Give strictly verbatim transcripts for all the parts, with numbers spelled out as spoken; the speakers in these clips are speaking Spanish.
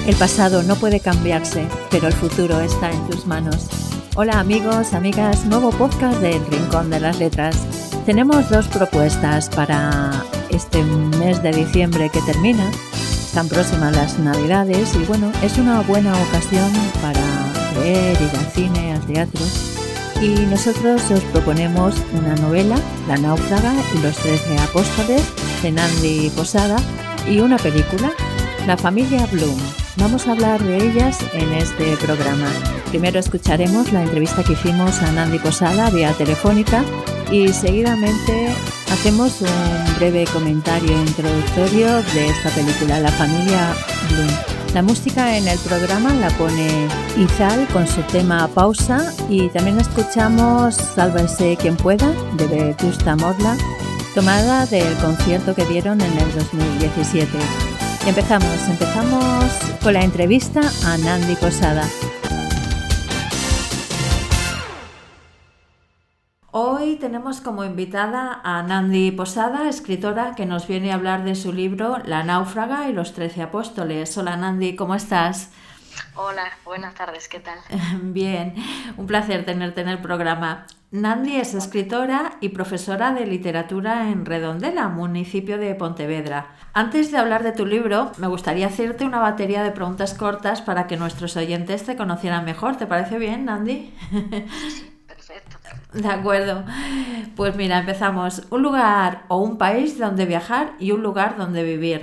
El pasado no puede cambiarse, pero el futuro está en tus manos. Hola amigos, amigas, nuevo podcast del Rincón de las Letras. Tenemos dos propuestas para este mes de diciembre que termina. Están próximas las Navidades y bueno, es una buena ocasión para leer, ir al cine, al teatro. Y nosotros os proponemos una novela, La náufraga y los trece apóstoles, de Nandi Posada, y una película, La familia Bloom. Vamos a hablar de ellas en este programa. Primero escucharemos la entrevista que hicimos a Nandi Posada vía telefónica y seguidamente hacemos un breve comentario introductorio de esta película, La familia Bloom. La música en el programa la pone Izal con su tema Pausa y también escuchamos Sálvese quien pueda de Vetusta Morla, tomada del concierto que dieron en el dos mil diecisiete. Empezamos, empezamos con la entrevista a Nandi Posada. Hoy tenemos como invitada a Nandi Posada, escritora que nos viene a hablar de su libro La náufraga y los trece apóstoles. Hola Nandi, ¿cómo estás? Hola, buenas tardes, ¿qué tal? Bien, un placer tenerte en el programa. Nandi es escritora y profesora de literatura en Redondela, municipio de Pontevedra. Antes de hablar de tu libro, me gustaría hacerte una batería de preguntas cortas para que nuestros oyentes te conocieran mejor. ¿Te parece bien, Nandi? Sí, perfecto. De acuerdo. Pues mira, empezamos. Un lugar o un país donde viajar y un lugar donde vivir.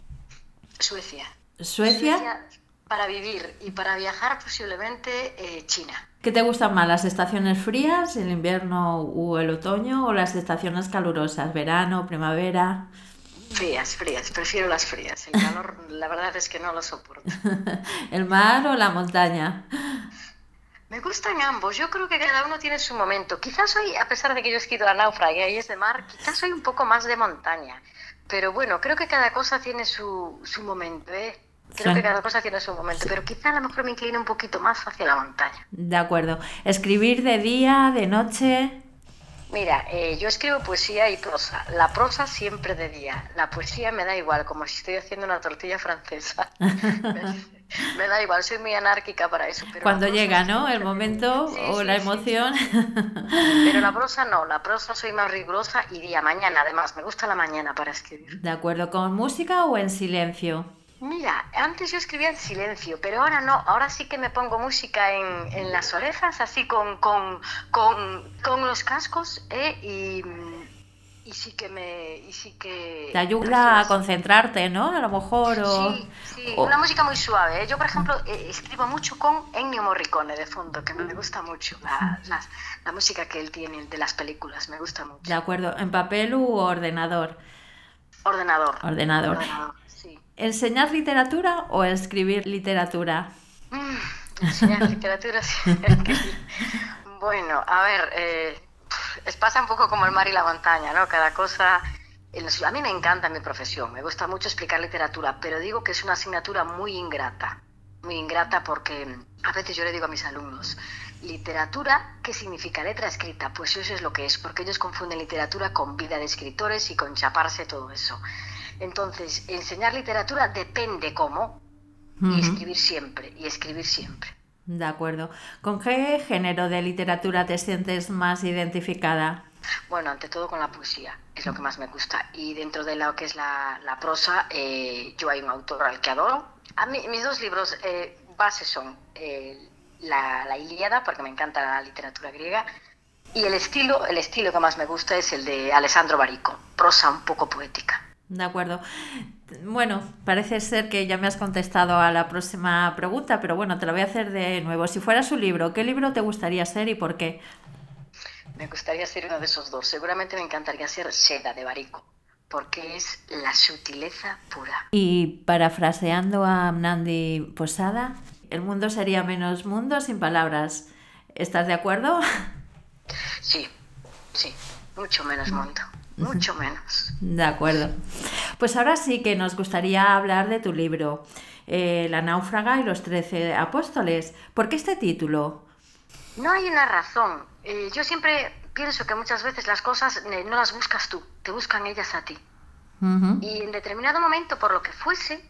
Suecia. ¿Suecia? Suecia para vivir y para viajar posiblemente eh, China. ¿Qué te gustan más, las estaciones frías, el invierno o el otoño, o las estaciones calurosas, verano, primavera? Frías, frías, prefiero las frías. El calor, la verdad es que no lo soporto. ¿El mar o la montaña? Me gustan ambos, yo creo que cada uno tiene su momento. Quizás soy, a pesar de que yo he escrito La náufraga y es de mar, quizás soy un poco más de montaña. Pero bueno, creo que cada cosa tiene su, su momento, ¿eh? Creo Sí. que cada cosa tiene su momento, pero quizá a lo mejor me inclino un poquito más hacia la montaña. De acuerdo. ¿Escribir de día, de noche? Mira, eh, yo escribo poesía y prosa. La prosa siempre de día. La poesía me da igual, como si estoy haciendo una tortilla francesa. me, me da igual, soy muy anárquica para eso. Pero Cuando la prosa llega, sí, ¿no? El momento sí, o sí, la sí, emoción. sí. Pero la prosa no, la prosa soy más rigurosa y día, mañana. Además, me gusta la mañana para escribir. De acuerdo. ¿Con música o en silencio? Mira, antes yo escribía en silencio, pero ahora no, ahora sí que me pongo música en, en las orejas, así con, con, con, con los cascos, ¿eh? y, y sí que me... Y sí que Te ayuda prefiero a así. concentrarte, ¿no? A lo mejor o... Sí, sí, o- una música muy suave, ¿eh? Yo, por ejemplo, eh, escribo mucho con Ennio Morricone de fondo, que me gusta mucho la, la, la música que él tiene de las películas, me gusta De mucho. acuerdo. ¿En papel u ordenador? Ordenador, Ordenador. ordenador, sí. ¿Enseñar literatura o escribir literatura? Mm, enseñar literatura, sí. Bueno, a ver, eh, es pasa un poco como el mar y la montaña, ¿no? Cada cosa... en los- A mí me encanta mi profesión, me gusta mucho explicar literatura, pero digo que es una asignatura muy ingrata, muy ingrata porque a veces yo le digo a mis alumnos, literatura, ¿qué significa letra escrita? Pues eso es lo que es, porque ellos confunden literatura con vida de escritores y con chaparse todo eso. Entonces, enseñar literatura depende cómo, y Ujú. escribir siempre, y escribir siempre. De acuerdo. ¿Con qué género de literatura te sientes más identificada? Bueno, ante todo con la poesía, es lo que más me gusta. Y dentro de lo que es la, la prosa, eh, yo hay un autor al que adoro. A mí, mis dos libros eh, bases son eh, la, la Ilíada, porque me encanta la literatura griega, y el estilo, el estilo que más me gusta es el de Alessandro Barico, prosa un poco poética. De acuerdo. Bueno, parece ser que ya me has contestado a la próxima pregunta, pero bueno, te la voy a hacer de nuevo. Si fueras un libro, ¿qué libro te gustaría ser y por qué? Me gustaría ser uno de esos dos. Seguramente me encantaría ser Seda de Barico, porque es la sutileza pura. Y parafraseando a Nandi Posada, el mundo sería menos mundo sin palabras. ¿Estás de acuerdo? Sí, sí, mucho menos mundo, mucho menos. De acuerdo. Pues ahora sí que nos gustaría hablar de tu libro, eh, La náufraga y los trece apóstoles. ¿Por qué este título? No hay una razón. Eh, yo siempre pienso que muchas veces las cosas eh, no las buscas tú, te buscan ellas a ti. Ujú. Y en determinado momento, por lo que fuese,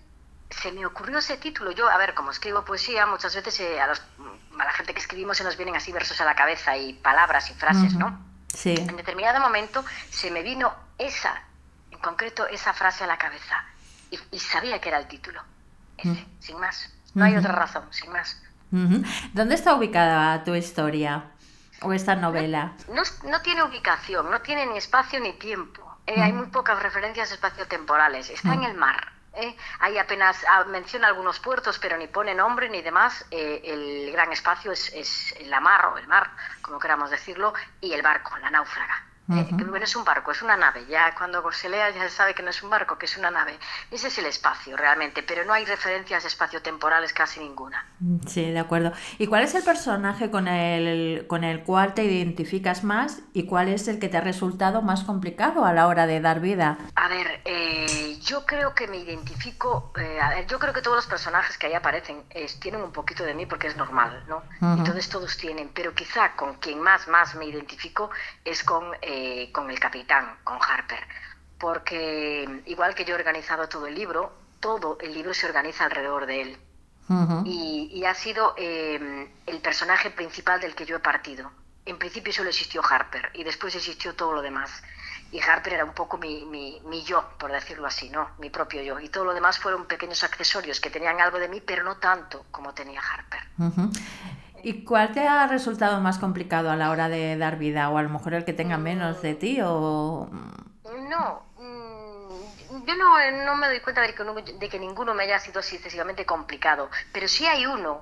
se me ocurrió ese título. Yo, a ver, como escribo poesía, muchas veces eh, a, los, a la gente que escribimos se nos vienen así versos a la cabeza y palabras y frases, Uh-huh. ¿no? Sí. En determinado momento se me vino esa, en concreto, esa frase a la cabeza y, y sabía que era el título. Ese, uh-huh. Sin más. No hay uh-huh. otra razón, sin más. Uh-huh. ¿Dónde está ubicada tu historia o esta novela? No, no, no tiene ubicación, no tiene ni espacio ni tiempo. Eh, uh-huh. Hay muy pocas referencias espaciotemporales. Está uh-huh. en el mar. ¿eh? Ahí apenas ah, menciona algunos puertos, pero ni pone nombre ni demás. Eh, el gran espacio es, es la mar o el mar, como queramos decirlo, y el barco, la náufraga. Uh-huh. Eh, que no es un barco, es una nave. Ya cuando se lea ya se sabe que no es un barco, que es una nave. Ese es el espacio realmente, pero no hay referencias espaciotemporales casi ninguna. Sí, de acuerdo. ¿Y cuál es el personaje con el, con el cual te identificas más y cuál es el que te ha resultado más complicado a la hora de dar vida? A ver, eh, yo creo que me identifico, eh, a ver, yo creo que todos los personajes que ahí aparecen eh, tienen un poquito de mí porque es normal, ¿no? Uh-huh. Entonces todos tienen, pero quizá con quien más, más me identifico es con... Eh, Eh, con el capitán, con Harper, porque igual que yo he organizado todo el libro, todo el libro se organiza alrededor de él. Uh-huh. y, y ha sido eh, el personaje principal del que yo he partido. En principio solo existió Harper y después existió todo lo demás. Y Harper era un poco mi, mi, mi yo, por decirlo así, ¿no? Mi propio yo. Y todo lo demás fueron pequeños accesorios que tenían algo de mí, pero no tanto como tenía Harper. Uh-huh. ¿Y cuál te ha resultado más complicado a la hora de dar vida? ¿O a lo mejor el que tenga menos de ti? O... No, yo no, no me doy cuenta de que, de que ninguno me haya sido así excesivamente complicado, pero sí hay uno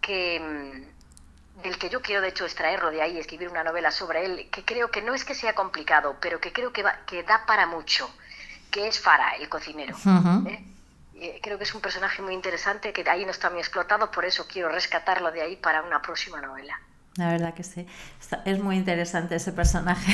que, del que yo quiero de hecho extraerlo de ahí, escribir una novela sobre él, que creo que no es que sea complicado, pero que creo que, va, que da para mucho, que es Farah, el cocinero. Uh-huh. ¿eh? Creo que es un personaje muy interesante, que ahí no está muy explotado, por eso quiero rescatarlo de ahí para una próxima novela. La verdad que sí, es muy interesante ese personaje.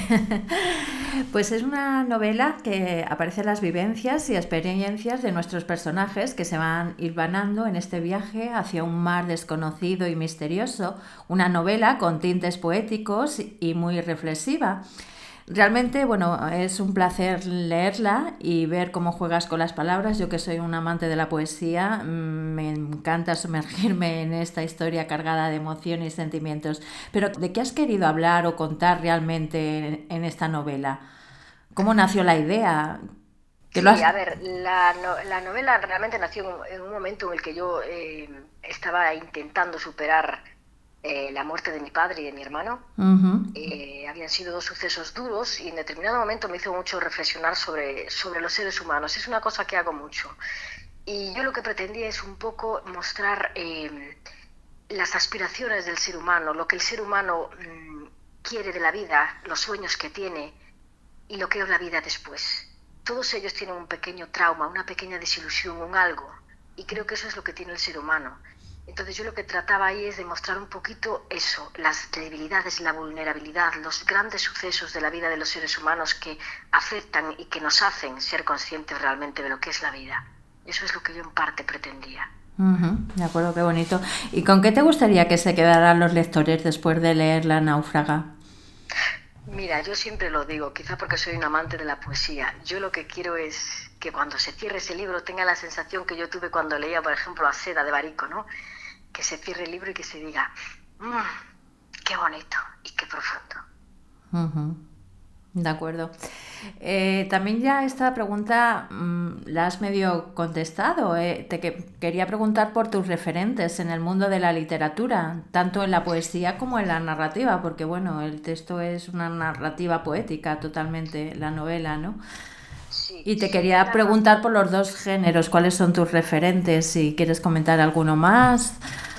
Pues es una novela que aparecen las vivencias y experiencias de nuestros personajes que se van hilvanando en este viaje hacia un mar desconocido y misterioso, una novela con tintes poéticos y muy reflexiva. Realmente, bueno, es un placer leerla y ver cómo juegas con las palabras. Yo que soy un amante de la poesía, me encanta sumergirme en esta historia cargada de emoción y sentimientos. Pero, ¿de qué has querido hablar o contar realmente en esta novela? ¿Cómo nació la idea? Sí, has... a ver, la, no, la novela realmente nació en un momento en el que yo eh, estaba intentando superar Eh, la muerte de mi padre y de mi hermano. Uh-huh. Eh, habían sido dos sucesos duros y en determinado momento me hizo mucho reflexionar sobre, sobre los seres humanos. Es una cosa que hago mucho. Y yo lo que pretendía es un poco mostrar eh, las aspiraciones del ser humano, lo que el ser humano mmm, quiere de la vida, los sueños que tiene y lo que es la vida después. Todos ellos tienen un pequeño trauma, una pequeña desilusión, un algo. Y creo que eso es lo que tiene el ser humano. Entonces yo lo que trataba ahí es de mostrar un poquito eso, las debilidades, la vulnerabilidad, los grandes sucesos de la vida de los seres humanos que afectan y que nos hacen ser conscientes realmente de lo que es la vida. Eso es lo que yo en parte pretendía. Uh-huh, de acuerdo, qué bonito. ¿Y con qué te gustaría que se quedaran los lectores después de leer La náufraga? Mira, yo siempre lo digo, quizá porque soy un amante de la poesía. Yo lo que quiero es que cuando se cierre ese libro tenga la sensación que yo tuve cuando leía, por ejemplo, a Seda de Barico, ¿no? Que se cierre el libro y que se diga, mmm, qué bonito y qué profundo. Uh-huh. De acuerdo. Eh, también ya esta pregunta mmm, la has medio contestado. Eh. Te que, quería preguntar por tus referentes en el mundo de la literatura, tanto en la poesía como en la narrativa, porque bueno, el texto es una narrativa poética totalmente, la novela, ¿no? Sí, y te sí, quería claro. preguntar por los dos géneros, ¿cuáles son tus referentes? Si quieres comentar alguno más.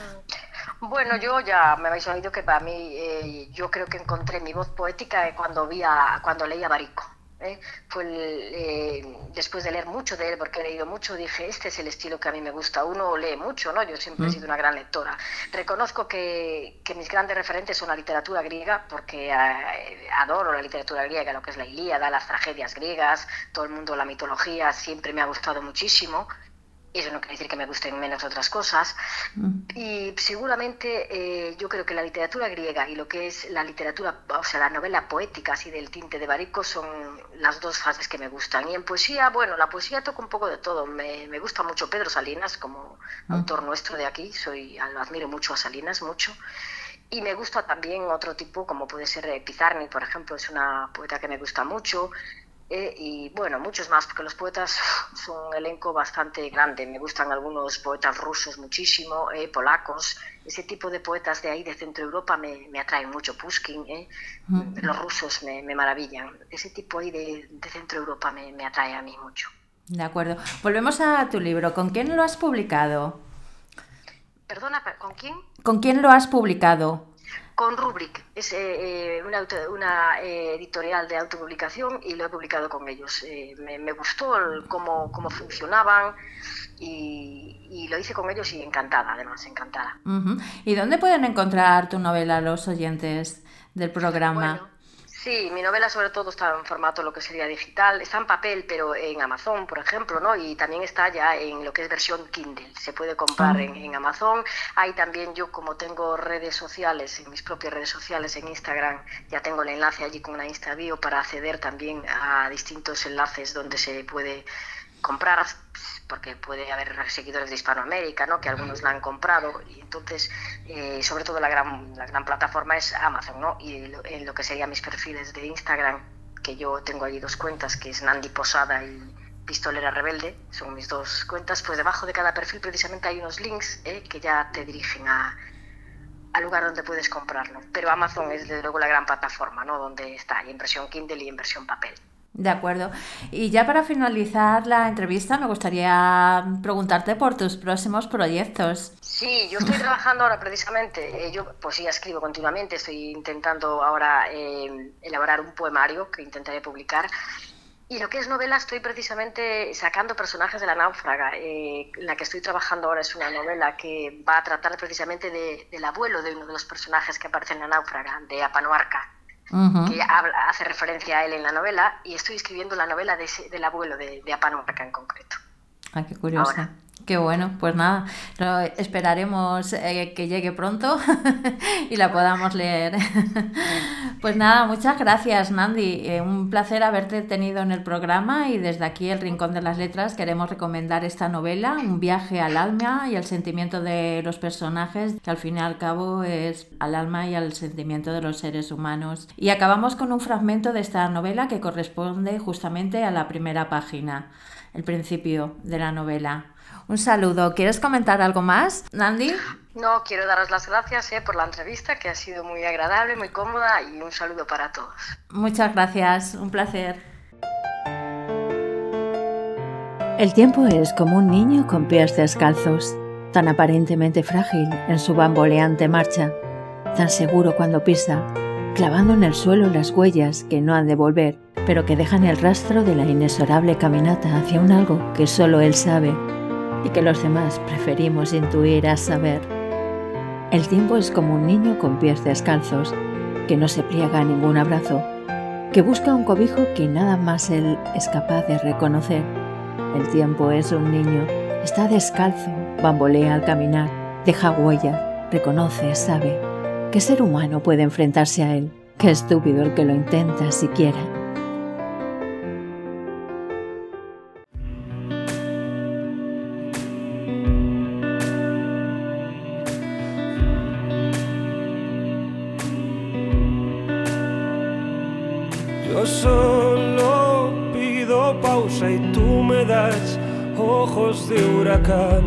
Bueno, yo ya me habéis oído que para mí, eh, yo creo que encontré mi voz poética cuando vi a, cuando leí a Barico. ¿eh? Fue el, eh, después de leer mucho de él, porque he leído mucho, dije, este es el estilo que a mí me gusta. Uno lee mucho, ¿no? Yo siempre mm. he sido una gran lectora. Reconozco que, que mis grandes referentes son la literatura griega, porque eh, adoro la literatura griega, lo que es la Ilíada, las tragedias griegas, todo el mundo, la mitología, siempre me ha gustado muchísimo. Eso no quiere decir que me gusten menos otras cosas. Mm. Y seguramente eh, yo creo que la literatura griega y lo que es la literatura, o sea, la novela poética, así del tinte de Barico, son las dos fases que me gustan. Y en poesía, bueno, la poesía toca un poco de todo. Me, me gusta mucho Pedro Salinas como mm. autor nuestro de aquí. Soy, lo admiro mucho a Salinas, mucho. Y me gusta también otro tipo, como puede ser Pizarnik, por ejemplo, es una poeta que me gusta mucho. Eh, y bueno, muchos más, porque los poetas son un elenco bastante grande. Me gustan algunos poetas rusos muchísimo, eh, polacos. Ese tipo de poetas de ahí, de Centro Europa, me, me atraen mucho. Pushkin, eh. mm. los rusos me, me maravillan. Ese tipo ahí de, de Centro Europa me, me atrae a mí mucho. De acuerdo. Volvemos a tu libro. ¿Con quién lo has publicado? Perdona, ¿con quién? ¿Con quién lo has publicado? Con Rubrik, es eh, una, auto, una eh, editorial de autopublicación y lo he publicado con ellos. Eh, me, me gustó el, cómo, cómo funcionaban y, y lo hice con ellos y encantada, además, encantada. Uh-huh. ¿Y dónde pueden encontrar tu novela los oyentes del programa? Bueno, sí, mi novela sobre todo está en formato lo que sería digital, está en papel, pero en Amazon, por ejemplo, ¿no? Y también está ya en lo que es versión Kindle, se puede comprar oh. en, en Amazon. Hay también, yo como tengo redes sociales, en mis propias redes sociales, en Instagram, ya tengo el enlace allí con una Insta Bio para acceder también a distintos enlaces donde se puede comprar, porque puede haber seguidores de Hispanoamérica, ¿no? Que algunos la han comprado, y entonces eh, sobre todo la gran, la gran plataforma es Amazon, ¿no? Y lo, en lo que serían mis perfiles de Instagram, que yo tengo allí dos cuentas, que es Nandi Posada y Pistolera Rebelde, son mis dos cuentas, pues debajo de cada perfil precisamente hay unos links eh, que ya te dirigen a, al lugar donde puedes comprarlo, pero Amazon es desde luego la gran plataforma, ¿no? Donde está, y en versión Kindle y en versión papel. De acuerdo. Y ya para finalizar la entrevista me gustaría preguntarte por tus próximos proyectos. Sí, yo estoy trabajando ahora precisamente, eh, yo pues sí escribo continuamente, estoy intentando ahora eh, elaborar un poemario que intentaré publicar. Y lo que es novela, estoy precisamente sacando personajes de La náufraga. Eh, la que estoy trabajando ahora es una novela que va a tratar precisamente de, del abuelo de uno de los personajes que aparece en La náufraga, de Apanuarca. Uh-huh. Que habla, hace referencia a él en la novela, y estoy escribiendo la novela de ese, del abuelo de, de Apanuarca en concreto. Ay, qué curiosa. Ahora. Qué bueno, pues nada, lo esperaremos eh, que llegue pronto y la podamos leer. Pues nada, muchas gracias, Nandi. Eh, un placer haberte tenido en el programa, y desde aquí, el Rincón de las Letras, queremos recomendar esta novela, un viaje al alma y al sentimiento de los personajes, que al fin y al cabo es al alma y al sentimiento de los seres humanos. Y acabamos con un fragmento de esta novela que corresponde justamente a la primera página, el principio de la novela. Un saludo. ¿Quieres comentar algo más, Nandi? No, quiero daros las gracias eh, por la entrevista, que ha sido muy agradable, muy cómoda, y un saludo para todos. Muchas gracias, un placer. El tiempo es como un niño con pies descalzos, tan aparentemente frágil en su bamboleante marcha, tan seguro cuando pisa, clavando en el suelo las huellas que no han de volver, pero que dejan el rastro de la inexorable caminata hacia un algo que solo él sabe, y que los demás preferimos intuir a saber. El tiempo es como un niño con pies descalzos, que no se pliega a ningún abrazo, que busca un cobijo que nada más él es capaz de reconocer. El tiempo es un niño, está descalzo, bambolea al caminar, deja huella, reconoce, sabe. ¿Qué ser humano puede enfrentarse a él? Qué estúpido el que lo intenta siquiera. Yo solo pido pausa y tú me das ojos de huracán.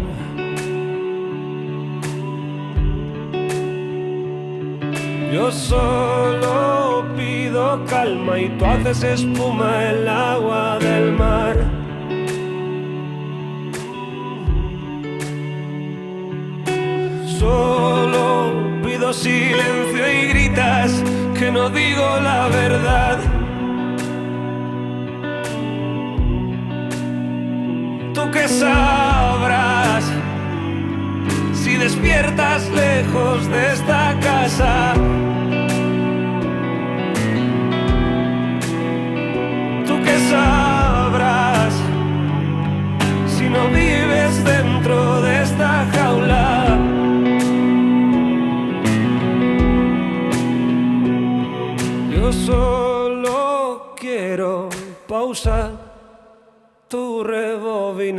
Yo solo pido calma y tú haces espuma el agua del mar. Solo pido silencio y gritas que no digo la verdad. Tú que sabrás si despiertas lejos de esta casa. Tú que sabrás si no vives de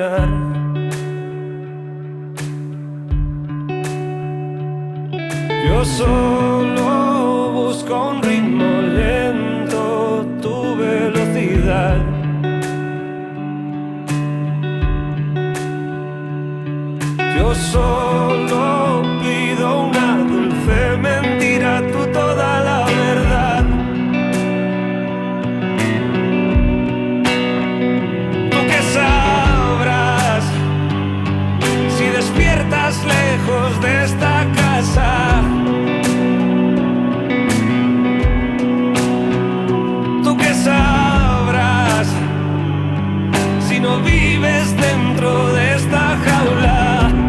caminar. Yo solo busco un ritmo lento, tu velocidad. Yo solo pido una dulce mentira, tú toda la verdad. Tú que sabrás si despiertas lejos de esta casa. Tú que sabrás si no vives dentro de esta jaula.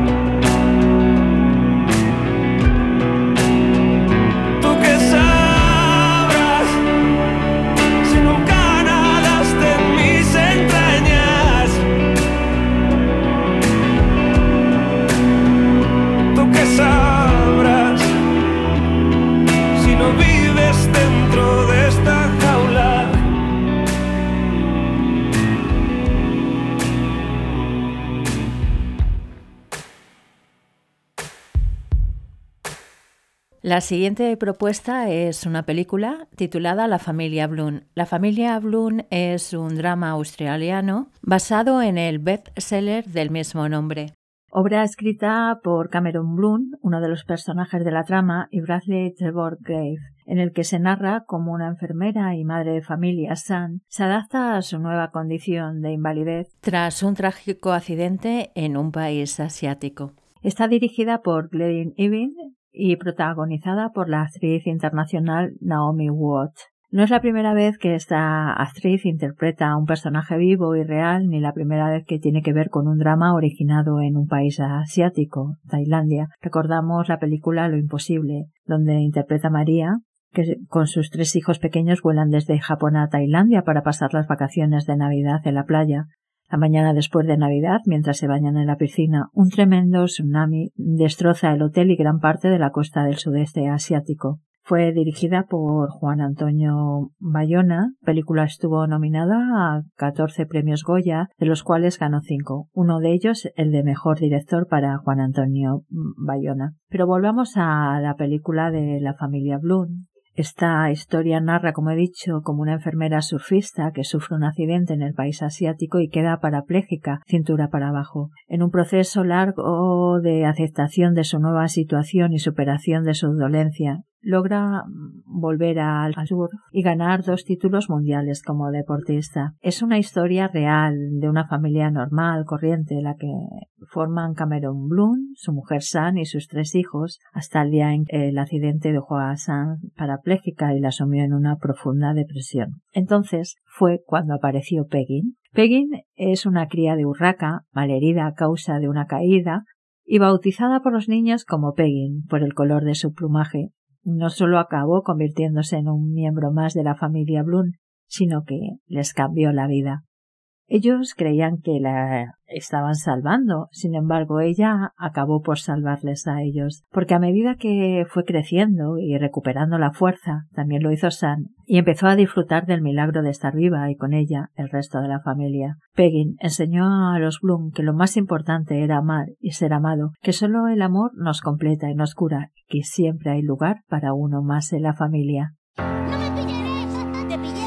La siguiente propuesta es una película titulada La familia Bloom. La familia Bloom es un drama australiano basado en el bestseller del mismo nombre. Obra escrita por Cameron Bloom, uno de los personajes de la trama, y Bradley Trevor Grave, en el que se narra cómo una enfermera y madre de familia, Sam, se adapta a su nueva condición de invalidez tras un trágico accidente en un país asiático. Está dirigida por Glenn Evans y protagonizada por la actriz internacional Naomi Watts. No es la primera vez que esta actriz interpreta a un personaje vivo y real, ni la primera vez que tiene que ver con un drama originado en un país asiático, Tailandia. Recordamos la película Lo Imposible, donde interpreta a María, que con sus tres hijos pequeños vuelan desde Japón a Tailandia para pasar las vacaciones de Navidad en la playa. La mañana después de Navidad, mientras se bañan en la piscina, un tremendo tsunami destroza el hotel y gran parte de la costa del sudeste asiático. Fue dirigida por Juan Antonio Bayona. La película estuvo nominada a catorce premios Goya, de los cuales ganó cinco. Uno de ellos, el de mejor director, para Juan Antonio Bayona. Pero volvamos a la película de la familia Bloom. Esta historia narra, como he dicho, como una enfermera surfista que sufre un accidente en el país asiático y queda parapléjica, cintura para abajo. En un proceso largo de aceptación de su nueva situación y superación de su dolencia, logra volver al surf y ganar dos títulos mundiales como deportista. Es una historia real de una familia normal, corriente, la que forman Cameron Bloom, su mujer Sam y sus tres hijos, hasta el día en que el accidente dejó a Sam parapléjica y la sumió en una profunda depresión. Entonces fue cuando apareció Peggy. Peggy es una cría de urraca, malherida a causa de una caída, y bautizada por los niños como Peggy por el color de su plumaje. No solo acabó convirtiéndose en un miembro más de la familia Bloom, sino que les cambió la vida. Ellos creían que la estaban salvando, sin embargo ella acabó por salvarles a ellos, porque a medida que fue creciendo y recuperando la fuerza, también lo hizo Sam, y empezó a disfrutar del milagro de estar viva y con ella el resto de la familia. Peggy enseñó a los Bloom que lo más importante era amar y ser amado, que solo el amor nos completa y nos cura, que siempre hay lugar para uno más en la familia. ¡No me pillaré! ¡Te pillé!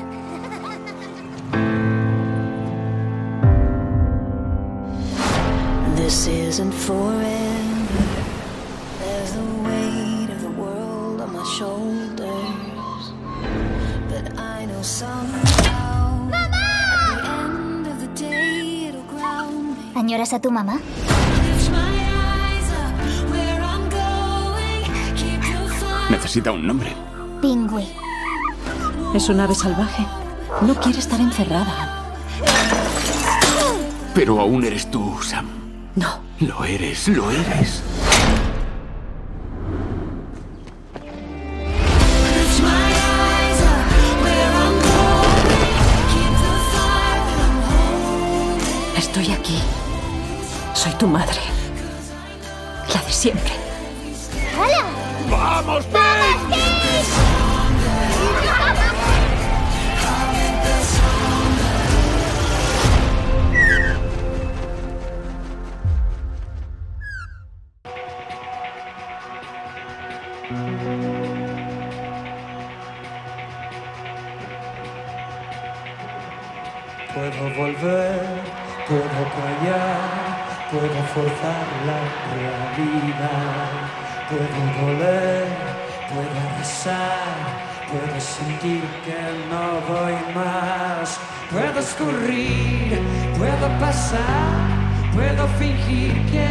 This isn't forever. There's the weight of the world on my shoulders. But I know somehow at the end of the day it'll ground me. ¿Añoras a tu mamá? Necesita un nombre. Pingüi. Es un ave salvaje. No quiere estar encerrada. Pero aún eres tú, Sam. No. Lo eres, lo eres. Estoy aquí. Soy tu madre. La de siempre. ¡Hola! ¡Vamos, Ben! Puedo volver, puedo callar, puedo forzar la realidad, puedo doler, puedo rezar, puedo sentir que no doy más, puedo escurrir, puedo pasar, puedo fingir que